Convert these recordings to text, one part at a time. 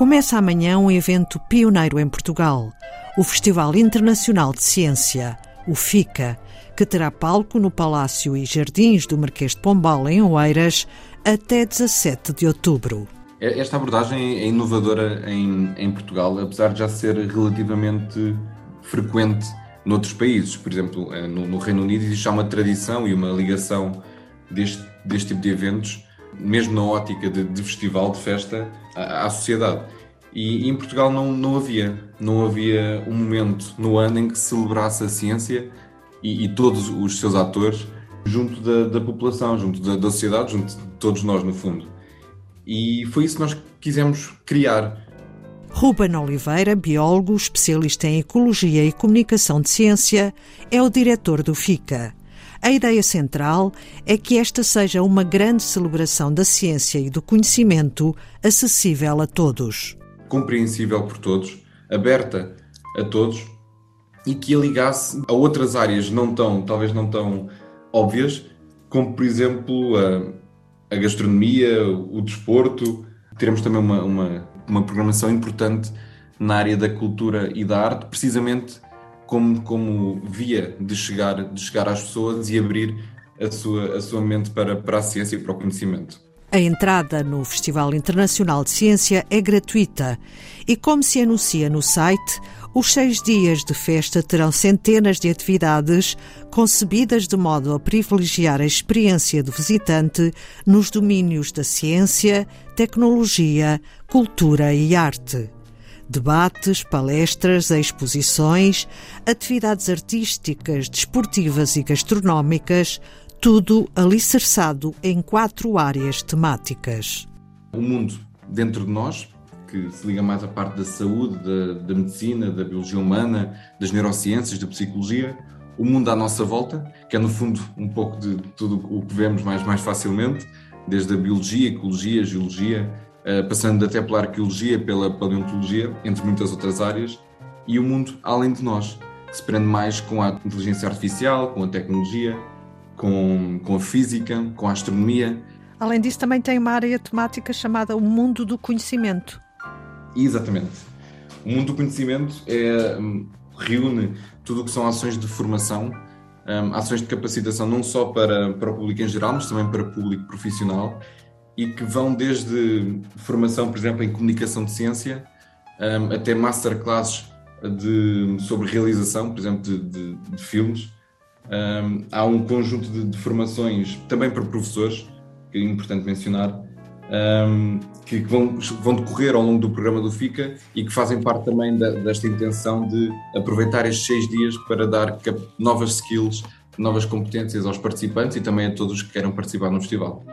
Começa amanhã um evento pioneiro em Portugal, o Festival Internacional de Ciência, o FICA, que terá palco no Palácio e Jardins do Marquês de Pombal, em Oeiras, até 17 de outubro. Esta abordagem é inovadora em Portugal, apesar de já ser relativamente frequente noutros países. Por exemplo, no Reino Unido existe já uma tradição e uma ligação deste tipo de eventos, mesmo na ótica de festival, de festa, à sociedade. E em Portugal não havia um momento no ano em que se celebrasse a ciência e todos os seus atores junto da população, junto da sociedade, junto de todos nós, no fundo. E foi isso que nós quisemos criar. Ruben Oliveira, biólogo, especialista em ecologia e comunicação de ciência, é o diretor do FICA. A ideia central é que esta seja uma grande celebração da ciência e do conhecimento acessível a todos. Compreensível por todos, aberta a todos e que a ligasse a outras áreas talvez não tão óbvias, como por exemplo a gastronomia, o desporto. Teremos também uma programação importante na área da cultura e da arte, precisamente como via de chegar às pessoas e abrir a sua mente para a ciência e para o conhecimento. A entrada no Festival Internacional de Ciência é gratuita e, como se anuncia no site, os 6 dias de festa terão centenas de atividades concebidas de modo a privilegiar a experiência do visitante nos domínios da ciência, tecnologia, cultura e arte. Debates, palestras, exposições, atividades artísticas, desportivas e gastronómicas, tudo alicerçado em 4 áreas temáticas. O mundo dentro de nós, que se liga mais à parte da saúde, da medicina, da biologia humana, das neurociências, da psicologia. O mundo à nossa volta, que é no fundo um pouco de tudo o que vemos mais facilmente, desde a biologia, ecologia, geologia, passando até pela arqueologia, pela paleontologia, entre muitas outras áreas. E o mundo além de nós, que se prende mais com a inteligência artificial, com a tecnologia, com a física, com a astronomia. Além disso, também tem uma área temática chamada o mundo do conhecimento. Exatamente. O mundo do conhecimento reúne tudo o que são ações de formação, ações de capacitação não só para o público em geral, mas também para o público profissional, e que vão desde formação, por exemplo, em comunicação de ciência, até masterclasses sobre realização, por exemplo, de filmes. Há um conjunto de formações também para professores, que é importante mencionar, que vão decorrer ao longo do programa do FICA e que fazem parte também desta intenção de aproveitar estes 6 dias para dar novas skills, novas competências aos participantes e também a todos os que queiram participar no festival.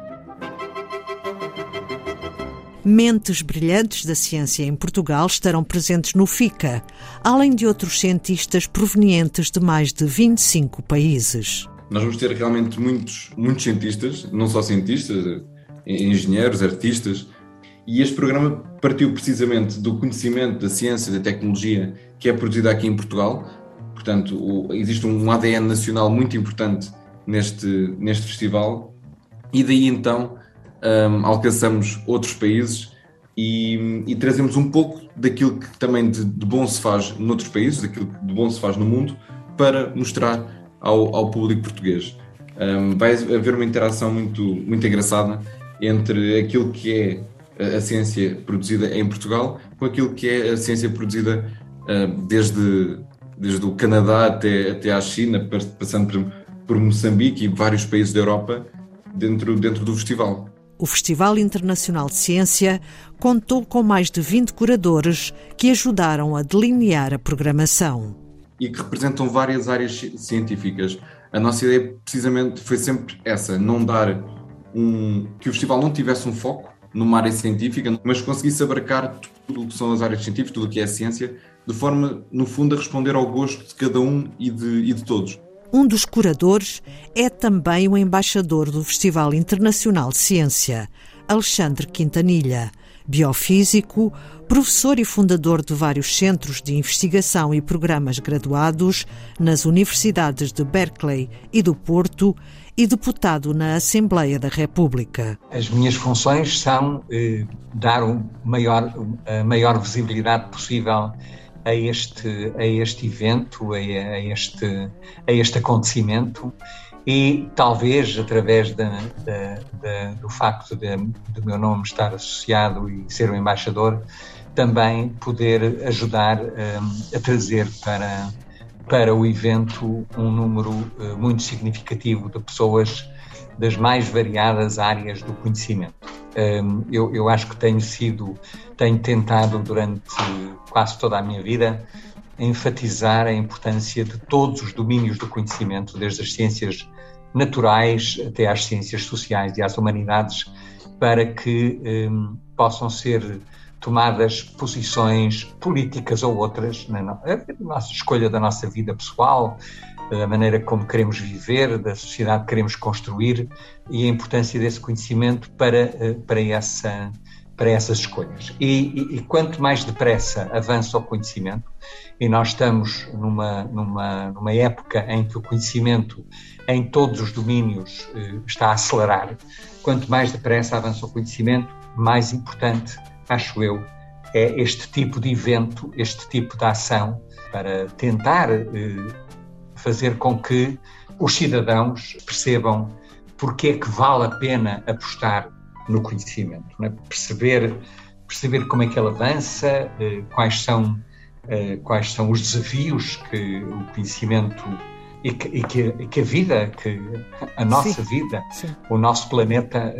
Mentes brilhantes da ciência em Portugal estarão presentes no FICA, além de outros cientistas provenientes de mais de 25 países. Nós vamos ter realmente muitos cientistas, não só cientistas, engenheiros, artistas, e este programa partiu precisamente do conhecimento da ciência e da tecnologia que é produzida aqui em Portugal. Portanto, existe um ADN nacional muito importante neste festival, e daí então alcançamos outros países e trazemos um pouco daquilo que também de bom se faz noutros países, daquilo que de bom se faz no mundo, para mostrar ao público português. Vai haver uma interação muito engraçada entre aquilo que é a ciência produzida em Portugal com aquilo que é a ciência produzida desde o Canadá até à China, passando por Moçambique e vários países da Europa dentro do festival. O Festival Internacional de Ciência contou com mais de 20 curadores que ajudaram a delinear a programação. E que representam várias áreas científicas. A nossa ideia precisamente foi sempre essa, não dar que o festival não tivesse um foco numa área científica, mas conseguisse abarcar tudo o que são as áreas científicas, tudo o que é a ciência, de forma, no fundo, a responder ao gosto de cada um e de todos. Um dos curadores é também o embaixador do Festival Internacional de Ciência, Alexandre Quintanilha, biofísico, professor e fundador de vários centros de investigação e programas graduados nas universidades de Berkeley e do Porto e deputado na Assembleia da República. As minhas funções são dar a maior visibilidade possível a este evento, a este acontecimento, e talvez através do facto do meu nome estar associado e ser o embaixador, também poder ajudar a trazer para o evento um número muito significativo de pessoas das mais variadas áreas do conhecimento. Eu acho que tenho tentado durante quase toda a minha vida enfatizar a importância de todos os domínios do conhecimento, desde as ciências naturais até às ciências sociais e às humanidades, para que possam ser tomadas posições políticas ou outras na nossa escolha da nossa vida pessoal, da maneira como queremos viver, da sociedade que queremos construir, e a importância desse conhecimento para essas escolhas. E quanto mais depressa avança o conhecimento, e nós estamos numa época em que o conhecimento em todos os domínios está a acelerar, quanto mais depressa avança o conhecimento, mais importante, acho eu, é este tipo de evento, este tipo de ação, para tentar fazer com que os cidadãos percebam porque é que vale a pena apostar no conhecimento, não é? Perceber como é que ele avança, quais são os desafios que o conhecimento e que a vida, que a nossa vida, o nosso planeta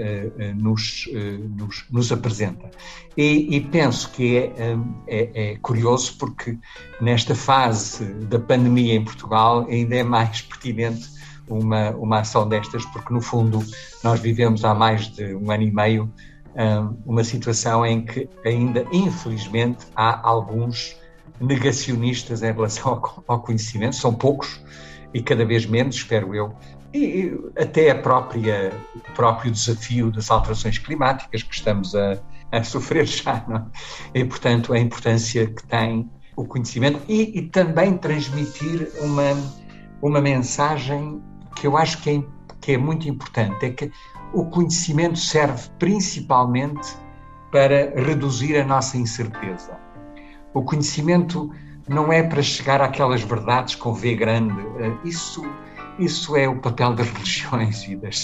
nos apresenta. E penso que é curioso porque nesta fase da pandemia em Portugal ainda é mais pertinente uma ação destas, porque no fundo nós vivemos há mais de 1 ano e meio uma situação em que ainda, infelizmente, há alguns negacionistas em relação ao conhecimento, são poucos e cada vez menos, espero eu, e até o próprio desafio das alterações climáticas que estamos a sofrer já, não é? E, portanto, a importância que tem o conhecimento e também transmitir uma mensagem que eu acho que é muito importante, é que o conhecimento serve principalmente para reduzir a nossa incerteza. O conhecimento não é para chegar àquelas verdades com V grande. Isso é o papel das religiões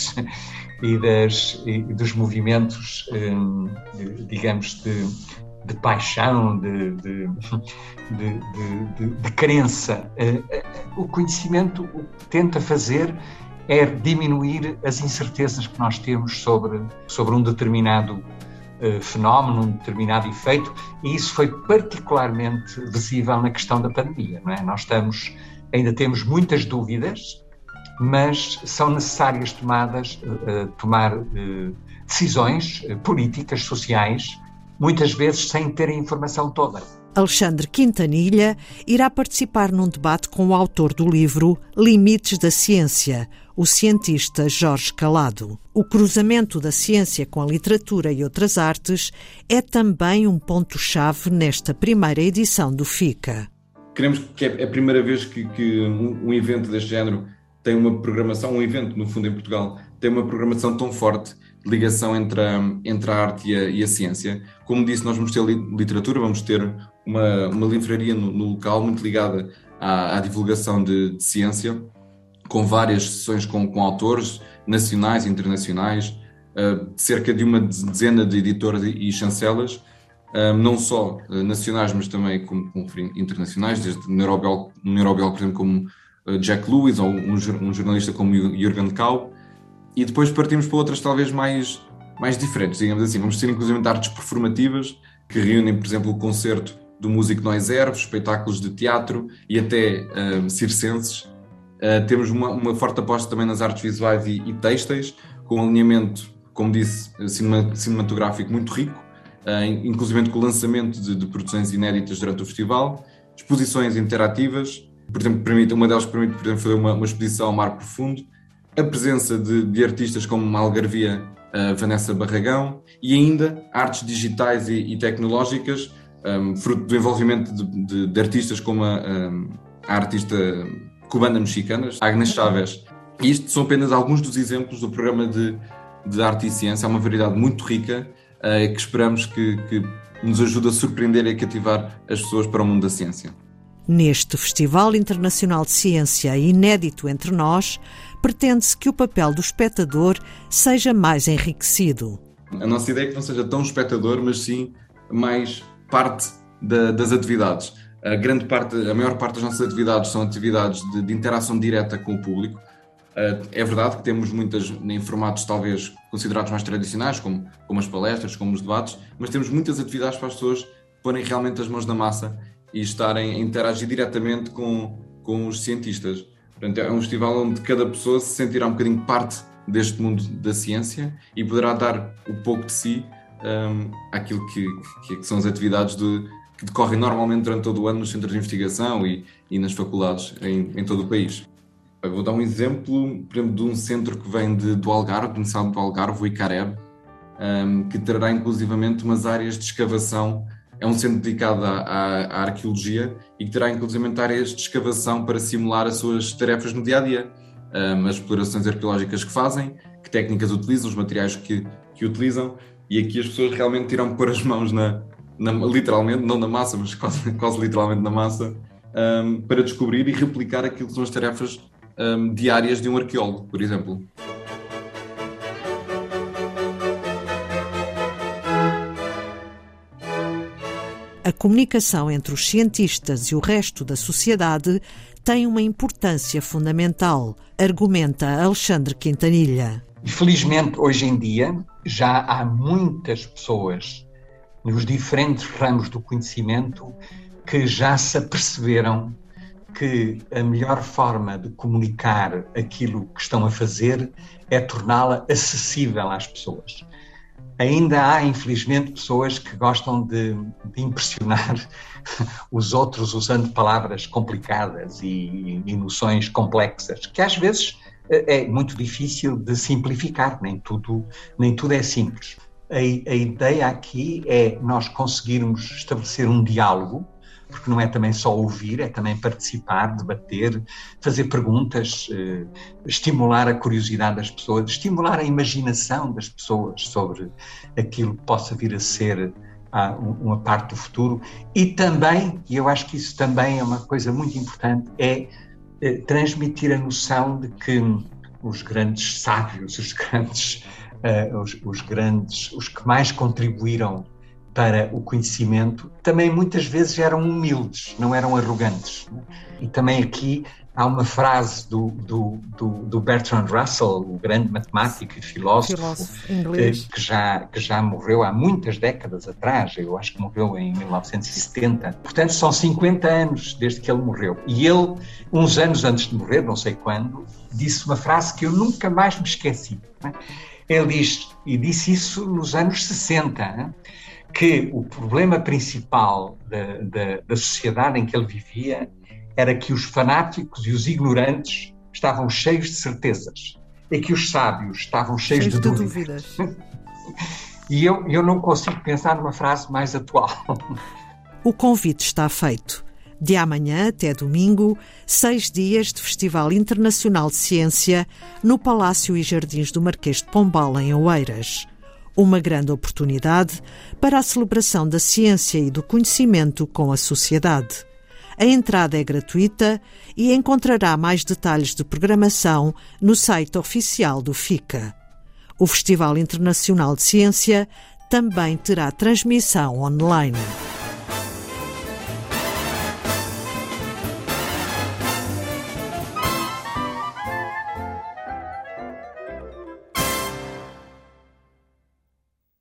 e dos movimentos, digamos, de paixão, de crença. O conhecimento o que tenta fazer é diminuir as incertezas que nós temos sobre um determinado fenómeno, um determinado efeito, e isso foi particularmente visível na questão da pandemia, não é? Nós ainda temos muitas dúvidas, mas são necessárias tomar decisões políticas, sociais, muitas vezes sem ter a informação toda. Alexandre Quintanilha irá participar num debate com o autor do livro Limites da Ciência, o cientista Jorge Calado. O cruzamento da ciência com a literatura e outras artes é também um ponto-chave nesta primeira edição do FICA. Queremos que é a primeira vez que um evento deste género tem uma programação, um evento, no fundo, em Portugal, tem uma programação tão forte de ligação entre a arte e a ciência. Como disse, nós vamos ter literatura, vamos ter uma livraria no local muito ligada à divulgação de ciência, com várias sessões com autores nacionais e internacionais, cerca de uma dezena de editoras e chancelas, não só nacionais, mas também como internacionais, desde Neurobel, por exemplo, como Jack Lewis, ou um jornalista como Jürgen Kau, e depois partimos para outras talvez mais diferentes, digamos assim. Vamos ter inclusive artes performativas, que reúnem, por exemplo, o concerto do músico Noisérvos, espetáculos de teatro e até circenses. Temos uma forte aposta também nas artes visuais e têxteis, com um alinhamento, como disse, cinematográfico muito rico, inclusive com o lançamento de produções inéditas durante o festival, exposições interativas, por exemplo, uma delas permite, por exemplo, fazer uma exposição ao mar profundo, a presença de artistas como Algarvia a Vanessa Barragão, e ainda artes digitais e tecnológicas, fruto do envolvimento de artistas como a artista cubana mexicana, Agnes Chávez. E isto são apenas alguns dos exemplos do programa de arte e ciência. É uma variedade muito rica que esperamos que nos ajude a surpreender e a cativar as pessoas para o mundo da ciência. Neste Festival Internacional de Ciência, inédito entre nós, pretende-se que o papel do espectador seja mais enriquecido. A nossa ideia é que não seja tão espectador, mas sim mais parte das atividades. A maior parte das nossas atividades são atividades de interação direta com o público. É verdade que temos muitas em formatos talvez considerados mais tradicionais, como as palestras, como os debates, mas temos muitas atividades para as pessoas porem realmente as mãos na massa e estarem a interagir diretamente com os cientistas. Portanto, é um festival onde cada pessoa se sentirá um bocadinho parte deste mundo da ciência e poderá dar um pouco de si àquilo que são as atividades que decorrem normalmente durante todo o ano nos centros de investigação e nas faculdades em todo o país. Eu vou dar um exemplo, por exemplo, de um centro que vem do Algarve, do Universidade do Algarve, o ICAREB, que terá inclusivamente umas áreas de escavação. É um centro dedicado à arqueologia e que terá inclusivamente áreas de escavação para simular as suas tarefas no dia-a-dia. As explorações arqueológicas que fazem, que técnicas utilizam, os materiais que utilizam, e aqui as pessoas realmente irão pôr as mãos literalmente, não na massa, mas quase literalmente na massa, para descobrir e replicar aquilo que são as tarefas diárias de um arqueólogo, por exemplo. A comunicação entre os cientistas e o resto da sociedade tem uma importância fundamental, argumenta Alexandre Quintanilha. Felizmente, hoje em dia, já há muitas pessoas nos diferentes ramos do conhecimento que já se aperceberam que a melhor forma de comunicar aquilo que estão a fazer é torná-la acessível às pessoas. Ainda há, infelizmente, pessoas que gostam de impressionar os outros usando palavras complicadas e noções complexas, que às vezes é muito difícil de simplificar, nem tudo é simples. A ideia aqui é nós conseguirmos estabelecer um diálogo, porque não é também só ouvir, é também participar, debater, fazer perguntas, estimular a curiosidade das pessoas, estimular a imaginação das pessoas sobre aquilo que possa vir a ser uma parte do futuro. E também, e eu acho que isso também é uma coisa muito importante, é transmitir a noção de que os grandes sábios, os que mais contribuíram para o conhecimento, também muitas vezes eram humildes, não eram arrogantes. E também aqui há uma frase do Bertrand Russell, o grande matemático e filósofo inglês, que já morreu há muitas décadas atrás, eu acho que morreu em 1970. Portanto, são 50 anos desde que ele morreu. E ele, uns anos antes de morrer, não sei quando, disse uma frase que eu nunca mais me esqueci. Ele disse isso nos anos 60, que o problema principal da sociedade em que ele vivia era que os fanáticos e os ignorantes estavam cheios de certezas e que os sábios estavam cheios de dúvidas. E eu não consigo pensar numa frase mais atual. O convite está feito. De amanhã até domingo, 6 dias de Festival Internacional de Ciência no Palácio e Jardins do Marquês de Pombal, em Oeiras. Uma grande oportunidade para a celebração da ciência e do conhecimento com a sociedade. A entrada é gratuita e encontrará mais detalhes de programação no site oficial do FICA. O Festival Internacional de Ciência também terá transmissão online.